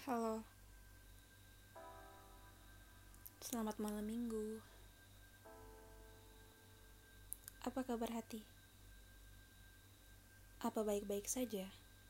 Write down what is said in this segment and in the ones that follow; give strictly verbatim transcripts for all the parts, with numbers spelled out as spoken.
Halo, selamat malam minggu. Apa kabar hati? Apa baik-baik saja?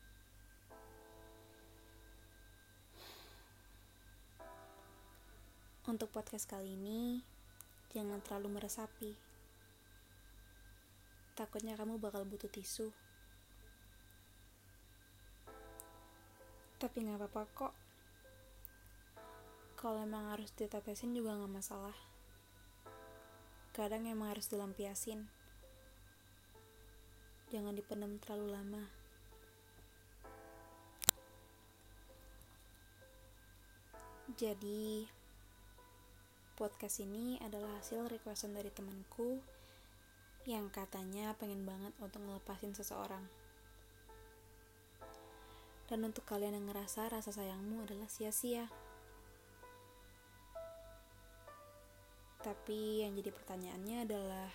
Untuk podcast kali ini, jangan terlalu meresapi. Takutnya kamu bakal butuh tisu. Tapi gak apa-apa kok. Kalau emang harus ditetesin juga gak masalah. Kadang emang harus dilampiasin. Jangan dipendam terlalu lama. Jadi, podcast ini adalah hasil requestan dari temanku yang katanya pengen banget untuk ngelepasin seseorang. Dan untuk kalian yang ngerasa rasa sayangmu adalah sia-sia. Tapi yang jadi pertanyaannya adalah,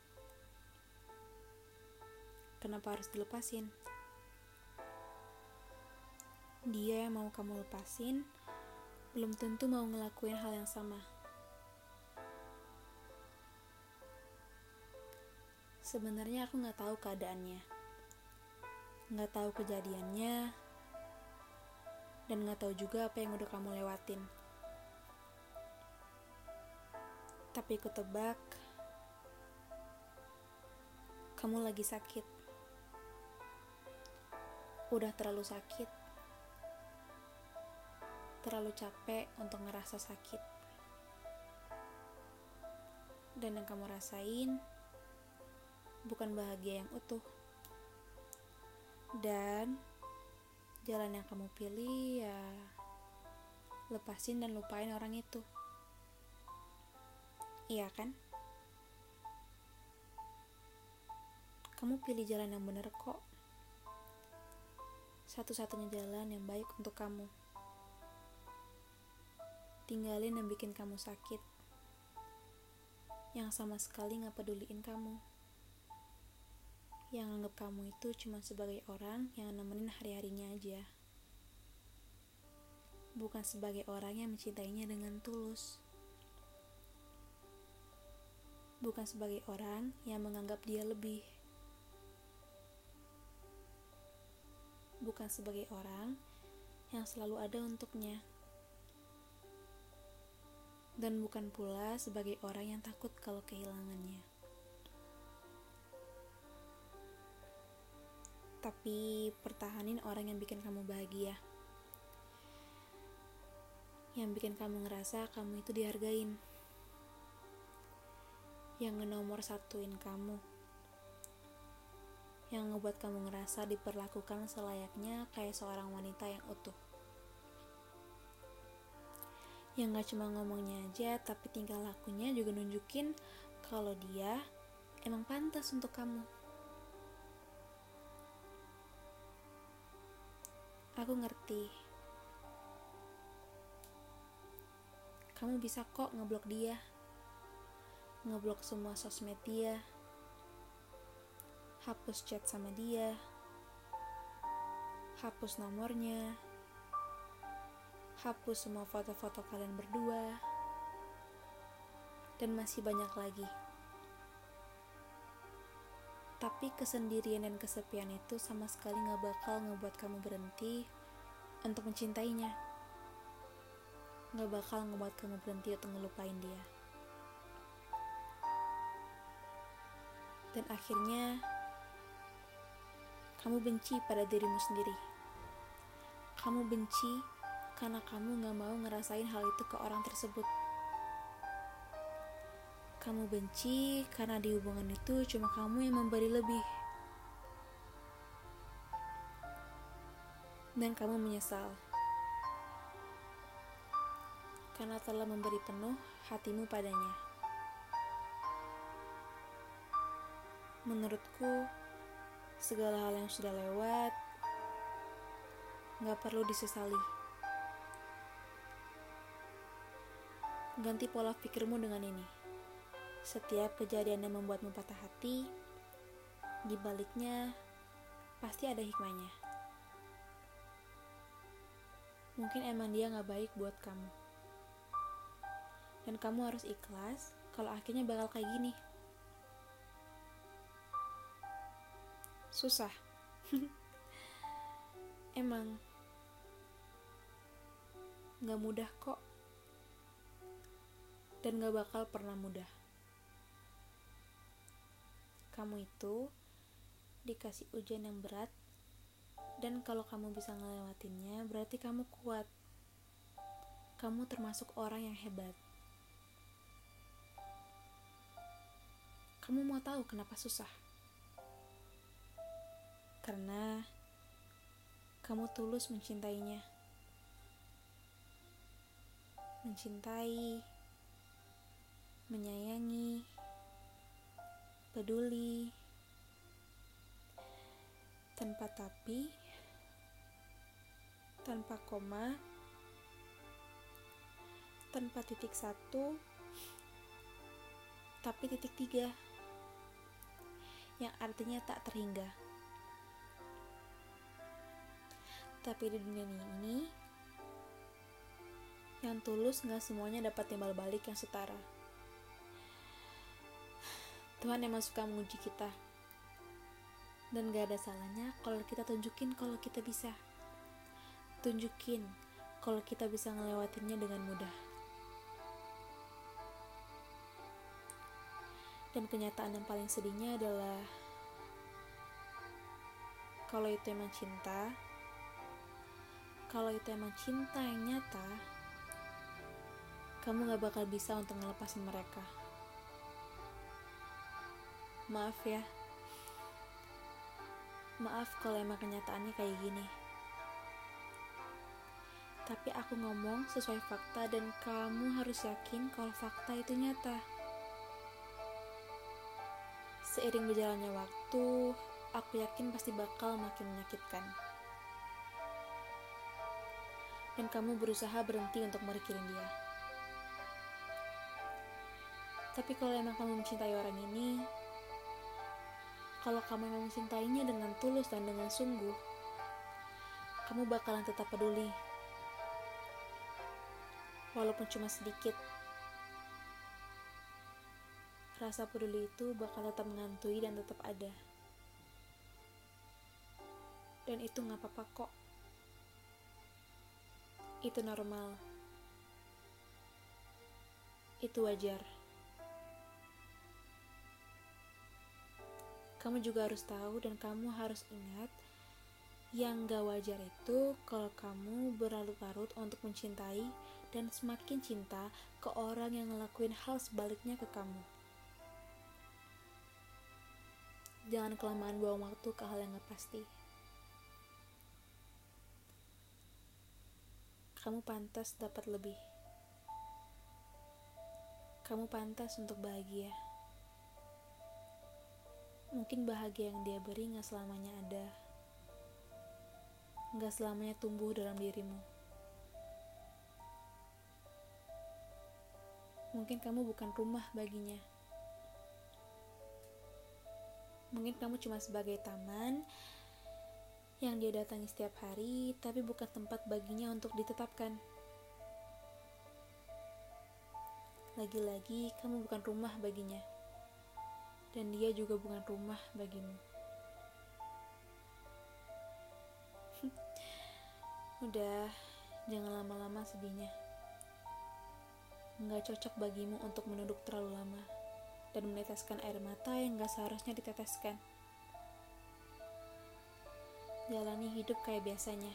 kenapa harus dilepasin? Dia yang mau kamu lepasin belum tentu mau ngelakuin hal yang sama. Sebenarnya aku gak tahu keadaannya, gak tahu kejadiannya, dan gak tahu juga apa yang udah kamu lewatin. Tapi aku tebak, kamu lagi sakit. Udah terlalu sakit. Terlalu capek untuk ngerasa sakit. Dan yang kamu rasain bukan bahagia yang utuh. Dan jalan yang kamu pilih ya lepasin dan lupain orang itu. Iya kan? Kamu pilih jalan yang benar kok. Satu-satunya jalan yang baik untuk kamu. Tinggalin yang bikin kamu sakit, yang sama sekali gak peduliin kamu, yang anggap kamu itu cuma sebagai orang yang nemenin hari-harinya aja, bukan sebagai orang yang mencintainya dengan tulus, bukan sebagai orang yang menganggap dia lebih, bukan sebagai orang yang selalu ada untuknya. Dan bukan pula sebagai orang yang takut kalau kehilangannya. Tapi pertahanin orang yang bikin kamu bahagia. Yang bikin kamu ngerasa kamu itu dihargain. Yang ngenomor satuin kamu. Yang ngebuat kamu ngerasa diperlakukan selayaknya kayak seorang wanita yang utuh. Yang gak cuma ngomongnya aja, tapi tingkah lakunya juga nunjukin kalau dia emang pantas untuk kamu. Aku ngerti. Kamu bisa kok ngeblok dia. Ngeblok semua sosmed dia. Hapus chat sama dia. Hapus nomornya. Hapus semua foto-foto kalian berdua, dan masih banyak lagi. Tapi kesendirian dan kesepian itu sama sekali gak bakal ngebuat kamu berhenti untuk mencintainya. Gak bakal ngebuat kamu berhenti untuk ngelupain dia. Dan akhirnya, kamu benci pada dirimu sendiri. Kamu benci karena kamu gak mau ngerasain hal itu ke orang tersebut. Kamu benci karena di hubungan itu cuma kamu yang memberi lebih. Dan kamu menyesal karena telah memberi penuh hatimu padanya. Menurutku, segala hal yang sudah lewat gak perlu disesali. Ganti pola pikirmu dengan ini. Setiap kejadian yang membuatmu patah hati, di baliknya pasti ada hikmahnya. Mungkin emang dia gak baik buat kamu. Dan kamu harus ikhlas kalau akhirnya bakal kayak gini. Susah. Emang gak mudah kok. Dan gak bakal pernah mudah. Kamu itu dikasih ujian yang berat, dan kalau kamu bisa ngelewatinnya, berarti kamu kuat. Kamu termasuk orang yang hebat. Kamu mau tahu kenapa susah? Karena kamu tulus mencintainya. Mencintai, menyayangi, peduli, tanpa tapi, tanpa koma, tanpa titik satu, tapi titik tiga, yang artinya tak terhingga. Tapi di dunia ini, yang tulus gak semuanya dapat timbal balik yang setara. Tuhan emang suka menguji kita. Dan gak ada salahnya kalau kita tunjukin kalau kita bisa. Tunjukin kalau kita bisa ngelewatinnya dengan mudah. Dan kenyataan yang paling sedihnya adalah kalau itu emang cinta, kalau itu emang cinta yang nyata, kamu gak bakal bisa untuk ngelepasin mereka. Maaf ya. Maaf kalau emang kenyataannya kayak gini. Tapi aku ngomong sesuai fakta dan kamu harus yakin kalau fakta itu nyata. Seiring berjalannya waktu, aku yakin pasti bakal makin menyakitkan. Dan kamu berusaha berhenti untuk merikilin dia. Tapi kalau emang kamu mencintai orang ini, kalau kamu memang mencintainya dengan tulus dan dengan sungguh, kamu bakalan tetap peduli. Walaupun cuma sedikit. Rasa peduli itu bakal tetap menghantui dan tetap ada. Dan itu gak apa-apa kok. Itu normal. Itu wajar. Kamu juga harus tahu dan kamu harus ingat, yang gak wajar itu kalau kamu berlarut-larut untuk mencintai dan semakin cinta ke orang yang ngelakuin hal sebaliknya ke kamu. Jangan kelamaan buang waktu ke hal yang gak pasti. Kamu pantas dapat lebih. Kamu pantas untuk bahagia. Mungkin bahagia yang dia beri gak selamanya ada. Gak selamanya tumbuh dalam dirimu. Mungkin kamu bukan rumah baginya. Mungkin kamu cuma sebagai taman yang dia datangi setiap hari, tapi bukan tempat baginya untuk ditetapkan. Lagi-lagi, kamu bukan rumah baginya. Dan dia juga bukan rumah bagimu. Udah, jangan lama-lama sedihnya. Nggak cocok bagimu untuk menunduk terlalu lama dan meneteskan air mata yang gak seharusnya diteteskan. Jalani hidup kayak biasanya.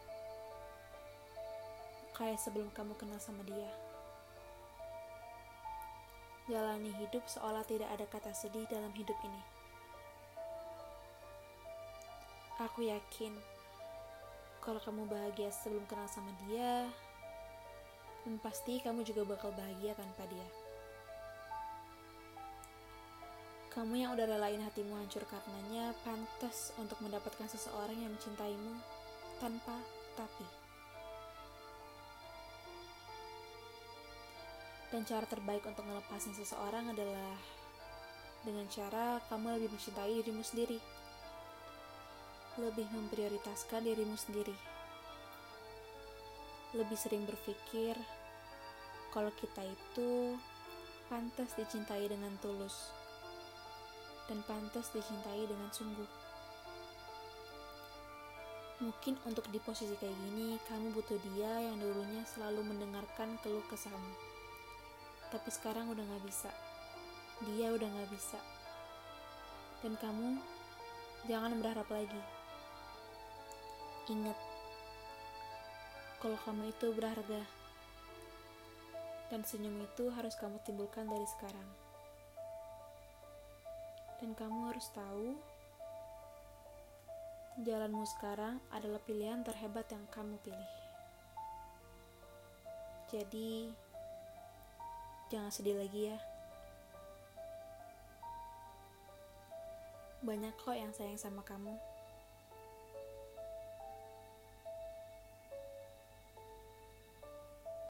Kayak sebelum kamu kenal sama dia. Jalani hidup seolah tidak ada kata sedih dalam hidup ini. Aku yakin kalau kamu bahagia sebelum kenal sama dia, dan pasti kamu juga bakal bahagia tanpa dia. Kamu yang udah relain hatimu hancur karenanya pantas untuk mendapatkan seseorang yang mencintaimu tanpa tapi. Dan cara terbaik untuk ngelepasin seseorang adalah dengan cara kamu lebih mencintai dirimu sendiri. Lebih memprioritaskan dirimu sendiri. lebih sering berpikir kalau kita itu pantas dicintai dengan tulus dan pantas dicintai dengan sungguh. Mungkin untuk di posisi kayak gini, kamu butuh dia yang dulunya selalu mendengarkan keluh kesahmu. Tapi sekarang udah gak bisa. Dia udah gak bisa. Dan kamu jangan berharap lagi. Ingat, kalau kamu itu berharga. Dan senyum itu harus kamu timbulkan dari sekarang. Dan kamu harus tahu, jalanmu sekarang adalah pilihan terhebat yang kamu pilih. Jadi, jangan sedih lagi ya. Banyak kok yang sayang sama kamu.